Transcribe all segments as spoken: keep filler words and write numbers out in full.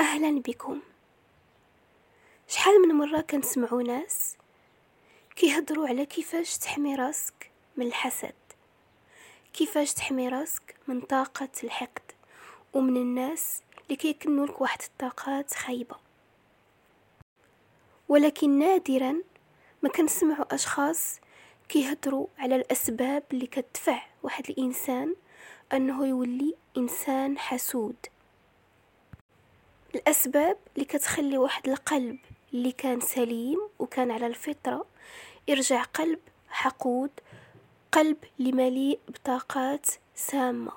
أهلا بكم. شحال من مرة كنسمعوا ناس كيهضروا على كيفاش تحمي راسك من الحسد، كيفاش تحمي راسك من طاقة الحقد ومن الناس اللي كيكنوا لك واحد الطاقات خايبة. ولكن نادرا ما كنسمعوا أشخاص كيهضروا على الأسباب اللي كتدفع واحد الإنسان أنه يولي إنسان حسود، الأسباب اللي كتخلي واحد القلب اللي كان سليم وكان على الفطرة يرجع قلب حقود، قلب اللي مليء بطاقات سامة.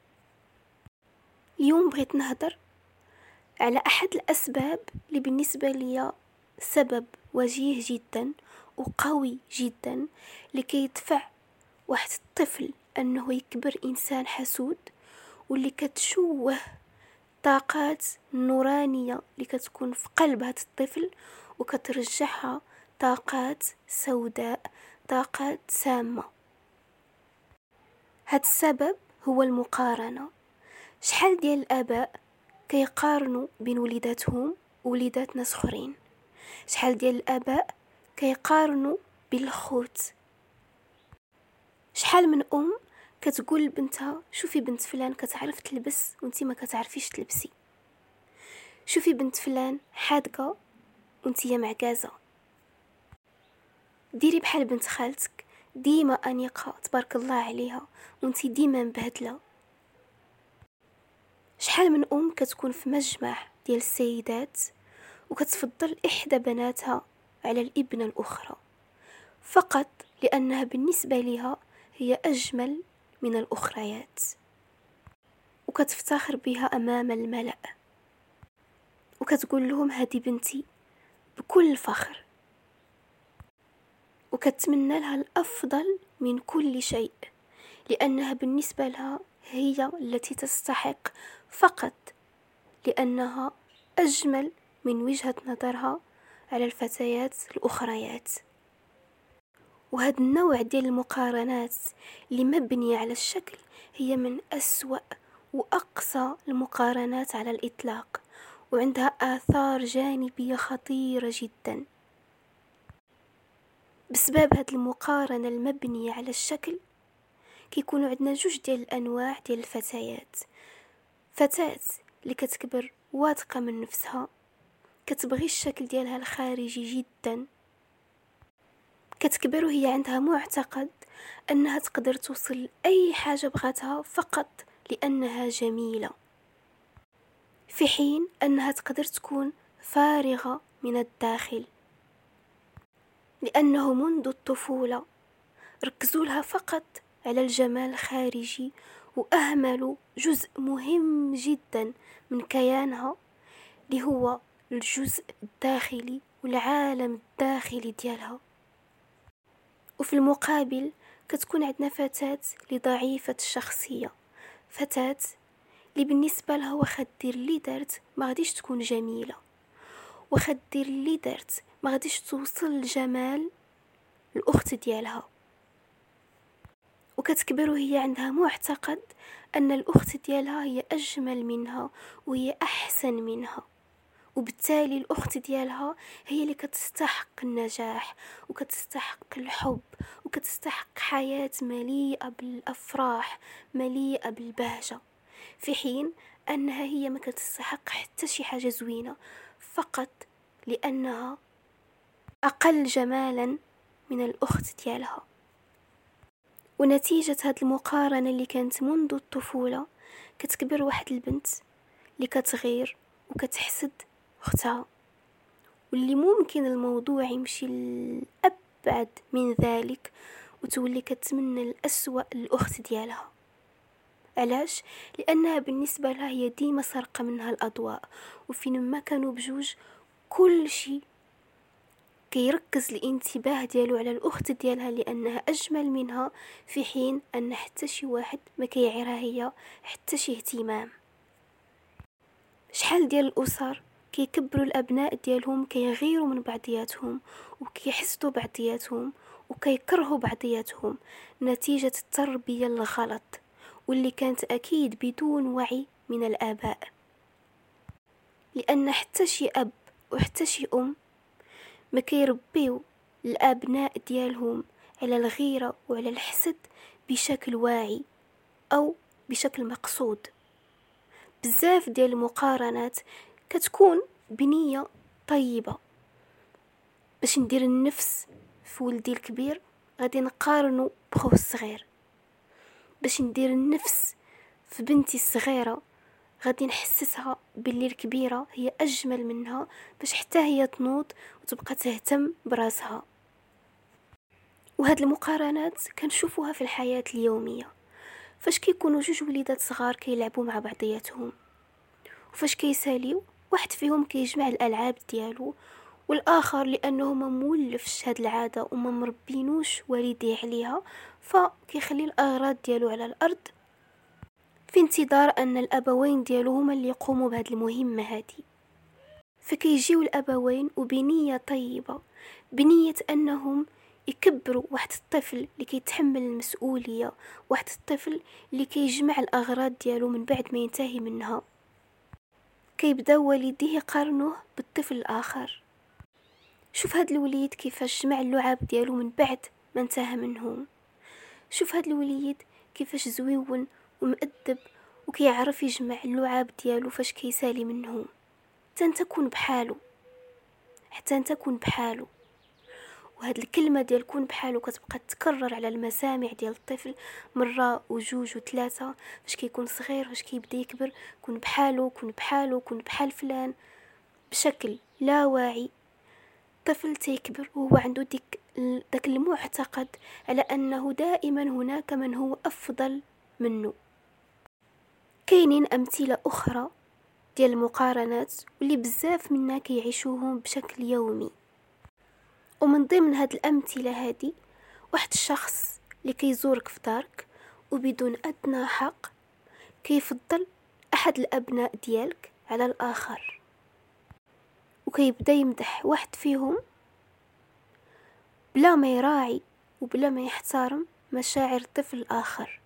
اليوم بغيت نهضر على أحد الأسباب اللي بالنسبة لي سبب وجيه جدا وقوي جدا لكي يدفع واحد الطفل أنه يكبر إنسان حسود، واللي كتشوه طاقات نورانية اللي كتكون في قلب هذا الطفل وكترجعها طاقات سوداء، طاقات سامة. هذا السبب هو المقارنة. شحال ديال الآباء كيقارنوا بين وليداتهم ووليدات ناس اخرين، شحال ديال الآباء كيقارنوا بالخوت، شحال من أم كتقول لبنتها شوفي بنت فلان كتعرف تلبس وانتي ما كتعرفيش تلبسي، شوفي بنت فلان حادقة وانتي معكازة، ديري بحال بنت خالتك ديما أنيقة تبارك الله عليها وانتي ديما مبهدلة. شحال من أم كتكون في مجمع ديال السيدات وكتفضل إحدى بناتها على الابنة الأخرى فقط لأنها بالنسبة لها هي أجمل من الأخريات، وكتفتخر بها أمام الملأ وكتقول لهم هذه بنتي بكل فخر، وكتمنى لها الأفضل من كل شيء لأنها بالنسبة لها هي التي تستحق، فقط لأنها أجمل من وجهة نظرها على الفتيات الأخريات. وهذا النوع ديال المقارنات اللي مبنية على الشكل هي من أسوأ وأقصى المقارنات على الإطلاق، وعندها آثار جانبية خطيرة جدا. بسبب هذه المقارنة المبنية على الشكل كيكونوا عندنا جوج ديال الأنواع ديال الفتيات. فتاة اللي كتكبر واثقة من نفسها، كتبغي الشكل ديالها الخارجي جدا، كتكبر وهي عندها معتقد أنها تقدر توصل لأي حاجة بغاتها فقط لأنها جميلة، في حين أنها تقدر تكون فارغة من الداخل، لأنه منذ الطفولة ركزوا لها فقط على الجمال الخارجي وأهملوا جزء مهم جدا من كيانها اللي هو الجزء الداخلي والعالم الداخلي ديالها. وفي المقابل كتكون عندنا فتاة لضعيفة الشخصية، فتاة اللي بالنسبة لها واخا دير اللي دارت ما غاديش تكون جميلة، واخا دير اللي دارت ما غاديش توصل لجمال الأخت ديالها، وكتكبر وهي عندها معتقد أن الأخت ديالها هي أجمل منها وهي أحسن منها، وبالتالي الأخت ديالها هي اللي كتستحق النجاح وكتستحق الحب وكتستحق حياة مليئة بالأفراح مليئة بالبهجة، في حين أنها هي ما كتستحق حتى شي حاجة زوينة فقط لأنها أقل جمالا من الأخت ديالها. ونتيجة هذه المقارنة اللي كانت منذ الطفولة كتكبر واحد البنت اللي كتغير وكتحسد أختها، واللي ممكن الموضوع يمشي لأبعد من ذلك وتولي كتمنى الأسوأ للأخت ديالها. علاش؟ لأنها بالنسبة لها هي ديما سرقة منها الأضواء، وفين ما كانوا بجوج كل شيء كيركز الانتباه ديالو على الأخت ديالها لأنها أجمل منها، في حين أن حتى شي واحد ما كيعيرها هي حتى شي اهتمام. شحال ديال الأسر كيكبروا الأبناء ديالهم كيغيروا من بعضياتهم وكيحسدوا بعضياتهم وكيكرهوا بعضياتهم نتيجة التربية الغلط واللي كانت أكيد بدون وعي من الآباء. لان حتى شي اب وحتى شي ام ما كيربيو الابناء ديالهم على الغيره وعلى الحسد بشكل واعي او بشكل مقصود. بزاف ديال المقارنات كتكون بنيه طيبه، باش ندير النفس في ولدي الكبير غادي نقارنه بخوه الصغير، باش ندير النفس في بنتي الصغيره غادي نحسسها باللي الكبيره هي اجمل منها، باش حتى هي تنوض وتبقى تهتم براسها. وهاد المقارنات كنشوفوها في الحياه اليوميه، فاش كيكونوا جوج وليدات صغار كيلعبوا مع بعضياتهم، وفاش كيساليو واحد فيهم كيجمع الالعاب ديالو والاخر لانه ما مولفش هاد العاده وما مربينوش والديه عليها فكيخلي الاغراض ديالو على الارض في انتظار ان الابوين ديالو هما اللي يقوموا بهاد المهمه هادي. فكيجيو الابوين وبنيه طيبه، بنيه انهم يكبروا واحد الطفل اللي كيتحمل المسؤوليه، واحد الطفل اللي كيجمع الاغراض ديالو من بعد ما ينتهي منها. كيبدا والديه يقارنوه بالطفل الاخر، شوف هاد الوليد كيفاش جمع اللعاب ديالو من بعد ما انتهى منهم، شوف هاد الوليد كيفاش زويون ومؤدب وكيعرف يجمع اللعاب ديالو فاش كيسالي منهم. حتى انت كون بحالو، حتى انت كون بحالو. وهاد الكلمه ديال كون بحالو كتبقى تكرر على المسامع ديال الطفل مره وجوج وثلاثه فاش كيكون صغير، فاش كيبدا يكبر كون بحالو كون بحالو كون بحال فلان، بشكل لا واعي. طفل تيكبر وهو عنده ديك داك المعتقد على انه دائما هناك من هو افضل منه. كاينين امثله اخرى ديال المقارنات واللي بزاف منا كيعيشوهم بشكل يومي، ومن ضمن هاد الامثله هادي واحد الشخص اللي كيزورك في دارك وبدون ادنى حق كيفضل احد الابناء ديالك على الاخر، وكيبدا يمدح واحد فيهم بلا ما يراعي وبلا ما يحترم مشاعر الطفل الآخر.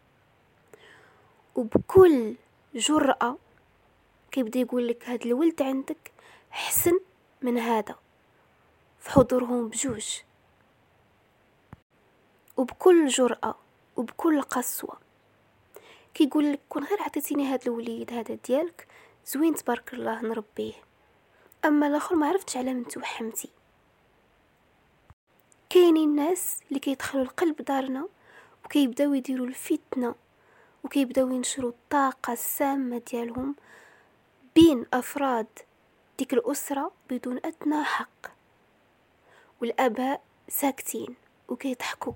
وبكل جرأة كيبدا يقول لك هاد الولد عندك حسن من هذا في حضورهم بجوج، وبكل جرأة وبكل قسوة كيقول لك كون غير عطيتيني هاد الوليد هذا ديالك زوين تبارك الله نربيه، اما الاخر ما عرفتش على من توحمتي. كاينين الناس اللي كيدخلوا القلب دارنا وكيبداو يديروا الفتنه وكيبداو ينشروا الطاقه السامه ديالهم بين افراد ديك الاسره بدون ادنى حق، والاباء ساكتين وكيضحكوا.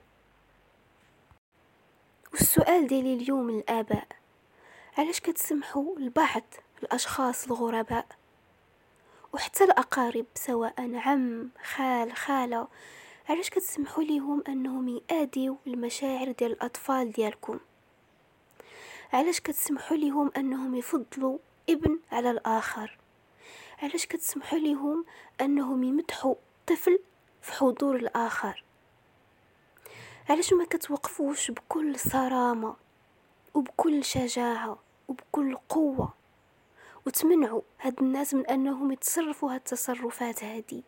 والسؤال ديالي اليوم للاباء، علاش كتسمحوا لبعض الاشخاص الغرباء وحتى الاقارب سواء عم خال خاله، علاش كتسمحوا ليهم انهم يأذيو المشاعر ديال الاطفال ديالكم؟ علاش كتسمحوا ليهم انهم يفضلوا ابن على الاخر؟ علاش كتسمحوا ليهم انهم يمدحوا طفل في حضور الاخر؟ علاش ما كتوقفوش بكل صرامه وبكل شجاعه وبكل قوه وتمنعوا هاد الناس من انهم يتصرفوا هاد التصرفات هادي؟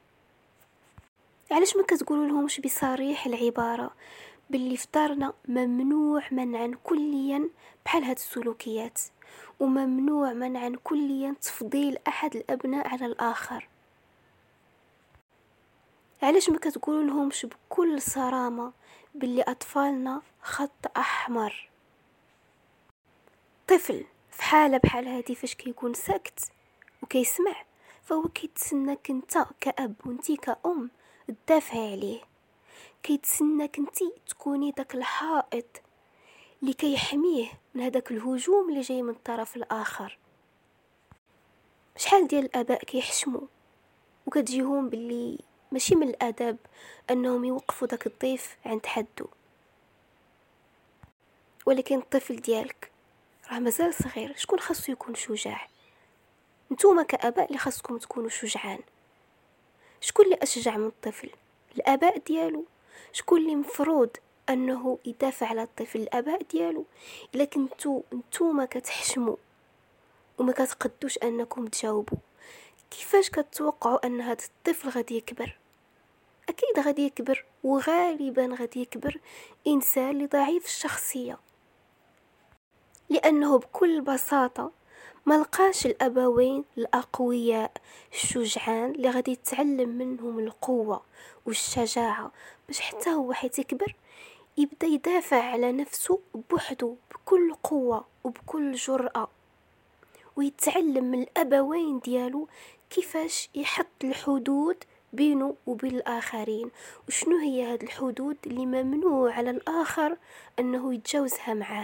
علاش ما كتقولوا لهمش بصريح العباره باللي في دارنا ممنوع منعا كليا بحال هاد السلوكيات، وممنوع منعا كليا تفضيل احد الابناء على الاخر؟ علاش ما كتقولوا لهمش بكل صرامه باللي اطفالنا خط احمر؟ طفل في حاله بحال هذه فاش كيكون ساكت وكيسمع فهو كيتسناك انت كأب وانتي كأم تدافعي عليه، كيتسناك انتي تكوني داك الحائط اللي كيحميه من هذاك الهجوم اللي جاي من الطرف الاخر. شحال ديال الاباء كيحشموا وكتجيهم باللي ماشي من الادب انهم يوقفوا داك الضيف عند حده، ولكن الطفل ديالك راه مازال صغير، شكون خاصو يكون شجاع؟ نتوما كاباء اللي خاصكم تكونوا شجعان. شكون اللي اشجع من الطفل؟ الاباء ديالو. شكون اللي مفروض انه يدافع على الطفل؟ الاباء ديالو. لكن نتو نتوما كتحشموا وما كتقدوش انكم تجاوبوا، كيفاش كتوقعوا ان هذا الطفل غادي يكبر؟ اكيد غادي يكبر، وغالبا غادي يكبر انسان اللي ضعيف الشخصيه، لانه بكل بساطه ما لقاش الابوين الاقوياء الشجعان اللي غادي يتعلم منهم القوه والشجاعه، باش حتى هو حيت يكبر يبدا يدافع على نفسه بوحده بكل قوه وبكل جرأة، ويتعلم من الابوين ديالو كيفاش يحط الحدود بينه وبين الآخرين، وشنو هي هاد الحدود اللي ممنوع على الآخر أنه يتجاوزها معاه.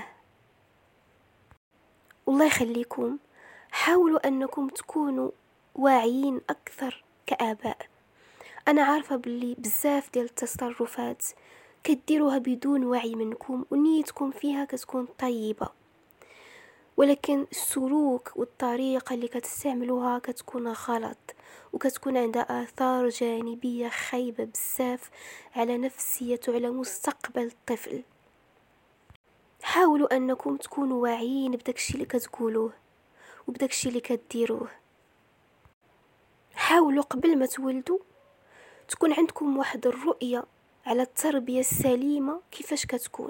والله يخليكم حاولوا أنكم تكونوا واعيين أكثر كآباء. أنا عارفة باللي بزاف ديال التصرفات كديروها بدون وعي منكم ونيتكم فيها كتكون طيبة، ولكن السلوك والطريقة اللي كتستعملوها كتكون غلط وكتكون عندها آثار جانبية خايبة بزاف على نفسية وعلى مستقبل الطفل. حاولوا أنكم تكونوا واعيين بداكشي اللي كتقولوه وبداكشي اللي كديروه. حاولوا قبل ما تولدوا تكون عندكم واحد الرؤية على التربية السليمة كيفاش كتكون،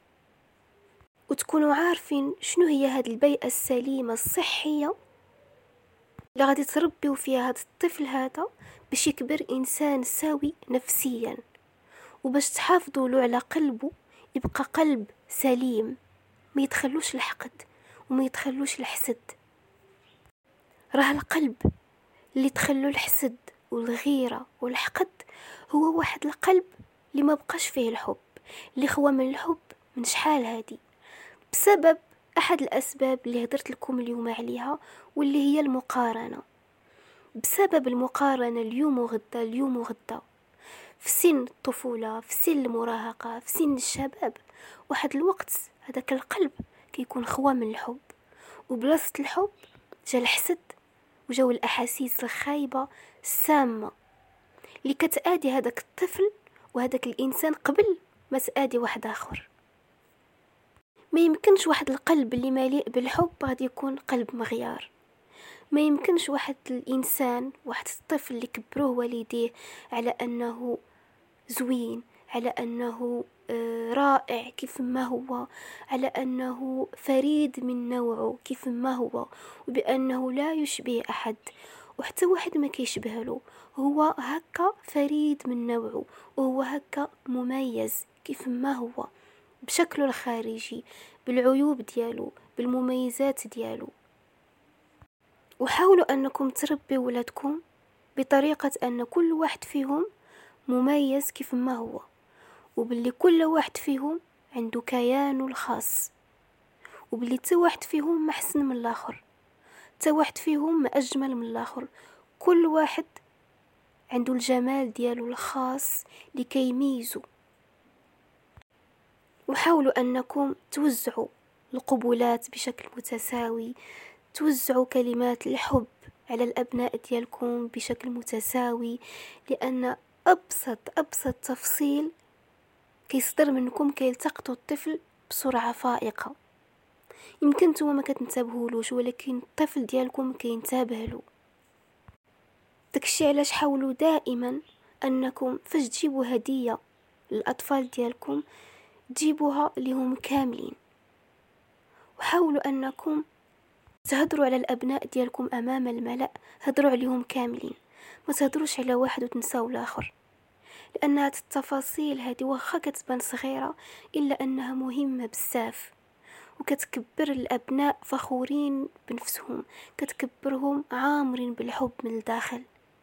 وتكونوا عارفين شنو هي هاد البيئة السليمة الصحية اللي غادي تربيو فيها هاد الطفل هذا باش يكبر إنسان سوي نفسيا، وباش تحافظوا له على قلبه يبقى قلب سليم، ما يدخلوش الحقد وما يدخلوش الحسد. راه القلب اللي تخلو الحسد والغيرة والحقد هو واحد القلب اللي ما بقاش فيه الحب، اللي خوا من الحب من شحال هادي، بسبب أحد الأسباب اللي هدرت لكم اليوم عليها، واللي هي المقارنة. بسبب المقارنة اليوم وغدا اليوم وغدا في سن الطفولة، في سن المراهقة، في سن الشباب، واحد الوقت هذاك القلب كيكون خوا من الحب، وبلاصة الحب جا الحسد وجاو الأحاسيس الخايبة السامة اللي كتآدي هذاك الطفل وهذاك الإنسان قبل ما تآدي واحد آخر. ما يمكنش واحد القلب اللي مليء بالحب غادي يكون قلب مغيار. ما يمكنش واحد الإنسان واحد الطفل اللي كبروه والديه على أنه زوين، على أنه رائع كيف ما هو، على أنه فريد من نوعه كيف ما هو، وبأنه لا يشبه أحد وحتى واحد ما كيشبه له، هو هكا فريد من نوعه وهو هكا مميز كيف ما هو بشكله الخارجي، بالعيوب ديالو، بالمميزات ديالو. وحاولوا أنكم تربوا ولادكم بطريقة أن كل واحد فيهم مميز كيف ما هو، وباللي كل واحد فيهم عنده كيانه الخاص، وباللي تا واحد فيهم ما احسن من الاخر، تا واحد فيهم ما اجمل من الاخر، كل واحد عنده الجمال ديالو الخاص لكي يميزه. وحاولوا انكم توزعوا القبولات بشكل متساوي، توزعوا كلمات الحب على الابناء ديالكم بشكل متساوي، لان ابسط ابسط تفصيل كيصدر منكم كيلتقطوا الطفل بسرعه فائقه. يمكن نتوما ما كتنتبهولوش ولكن الطفل ديالكم كينتبه له. داكشي علاش حاولوا دائما انكم فاش تجيبوا هديه للاطفال ديالكم تجيبوها لهم كاملين، وحاولوا انكم تهضروا على الابناء ديالكم امام الملأ، هضروا عليهم كاملين، ما تهضروش على واحد وتنساو الاخر، لان هاد التفاصيل هذه واخا كتبان صغيره الا انها مهمه بزاف، وكتكبر الابناء فخورين بنفسهم، كتكبرهم عامرين بالحب من الداخل.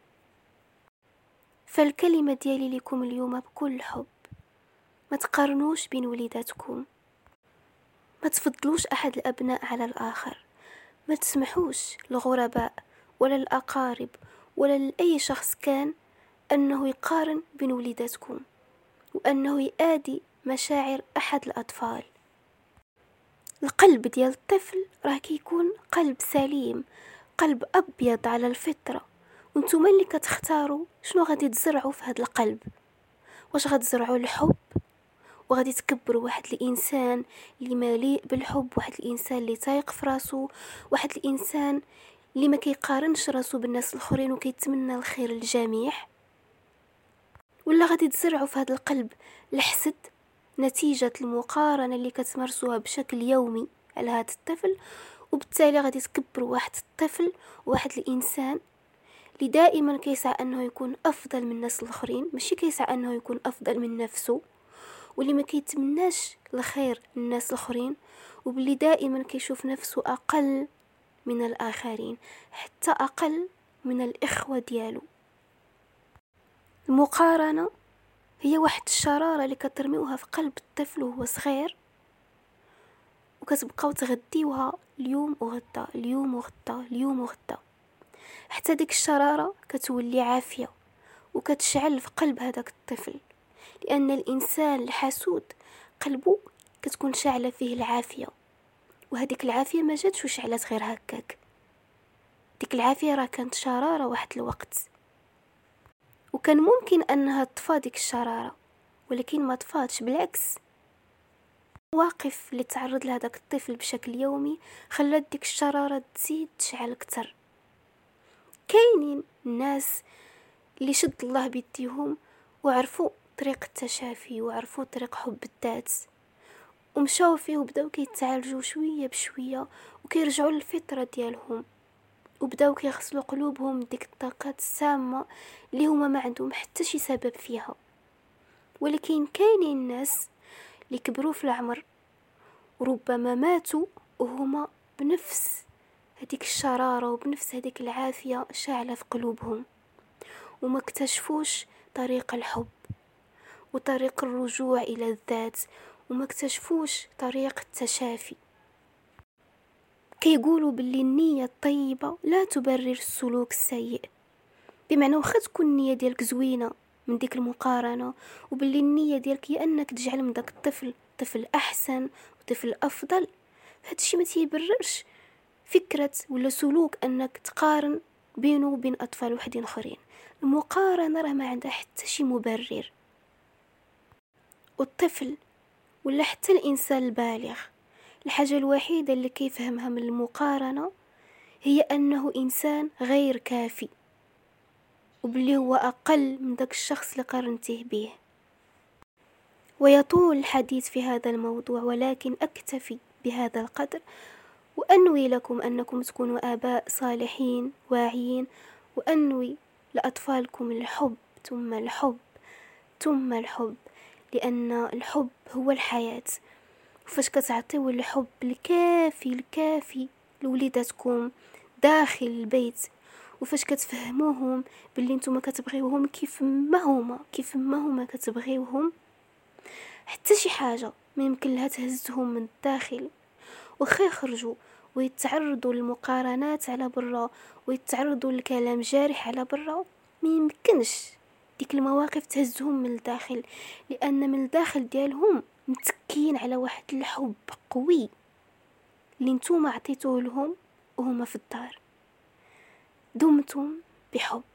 فالكلمه ديالي لكم اليوم بكل حب، ما تقارنوش بين وليداتكم، ما تفضلوش احد الابناء على الاخر، ما تسمحوش للغرباء ولا الاقارب ولا لاي شخص كان انه يقارن بين وليداتكم وانه يآدي مشاعر احد الاطفال. القلب ديال الطفل راه كيكون قلب سليم، قلب ابيض على الفطره، وانتم اللي كتختاروا شنو غادي تزرعوا في هذا القلب. واش غتزرعوا الحب وغادي تكبروا واحد الانسان اللي مليء بالحب، واحد الانسان اللي تايق في راسو، واحد الانسان اللي ما كيقارنش راسو بالناس الاخرين وكيتمنى الخير للجميع؟ ولا غادي تزرعوا في هذا القلب الحسد نتيجة المقارنة اللي كتمارسوها بشكل يومي على هذا الطفل، وبالتالي غادي تكبروا واحد الطفل واحد الانسان اللي دائما كيسعى انه يكون افضل من الناس الاخرين، ماشي كيسعى انه يكون افضل من نفسه، واللي ما كيتمناش الخير للناس الاخرين، وباللي دائما كيشوف نفسه اقل من الاخرين، حتى اقل من الاخوه ديالو. المقارنه هي واحد الشراره اللي كترميوها في قلب الطفل وهو صغير، وكتبقاو تغديوها اليوم وغدا اليوم وغدا اليوم وغدا، حتى ديك الشراره كتولي عافيه وكتشعل في قلب هذاك الطفل، لان الانسان الحسود قلبه كتكون شاعله فيه العافيه، وهذيك العافيه ما جاتش وشعلت غير هكاك، ديك العافيه راه كانت شراره واحد الوقت، وكان ممكن انها تطفى ديك الشراره، ولكن ما طفاتش، بالعكس المواقف اللي تعرض لها داك الطفل بشكل يومي خلات ديك الشراره تزيد تشعل اكثر. كاينين الناس اللي شد الله بيديهم وعرفوا طريق التشافي وعرفوا طريق حب الذات، ومشاو فيه وبداو كيتعالجوا شويه بشويه وكيرجعوا للفطره ديالهم، وبداو كيغسلوا قلوبهم ديك الطاقات السامه اللي هما ما عندهم حتى شي سبب فيها. ولكن كاينين الناس اللي كبروا في العمر وربما ماتوا وهما بنفس هذيك الشراره وبنفس هذيك العافيه شاعله في قلوبهم، وما اكتشفوش طريق الحب وطريق الرجوع الى الذات، وما اكتشفوش طريق التشافي. كيقولوا باللي النية الطيبة لا تبرر السلوك السيء، بمعنى واخا تكون النية ديالك زوينة من ديك المقارنة، وباللي النية ديالك هي انك تجعل من داك الطفل طفل احسن وطفل افضل، هادشي ما تيبررش فكرة ولا سلوك انك تقارن بينه وبين اطفال وحدين اخرين. المقارنة راه ما عندها حتى شي مبرر. والطفل ولا حتى الانسان البالغ الحاجة الوحيدة اللي كيفهمها من المقارنة هي أنه إنسان غير كافي، وباللي هو أقل من ذاك الشخص اللي قارنته به. ويطول الحديث في هذا الموضوع، ولكن أكتفي بهذا القدر، وأنوي لكم أنكم تكونوا آباء صالحين واعيين، وأنوي لأطفالكم الحب ثم الحب ثم الحب، لأن الحب هو الحياة. وفاش كتعطيو الحب الكافي الكافي لوليداتكم داخل البيت، وفاش كتفهموهم باللي نتوما كتبغيوهم كيف ما هما كيف ما هما كتبغيوهم، حتى شي حاجه ما يمكن لها تهزهم من الداخل. وخا يخرجوا ويتعرضوا للمقارنات على برا ويتعرضوا لكلام جارح على برا، ما يمكنش ديك المواقف تهزهم من الداخل، لان من الداخل ديالهم متكين على واحد الحب قوي اللي نتوما عطيتوه لهم وهما في الدار. دمتم بحب.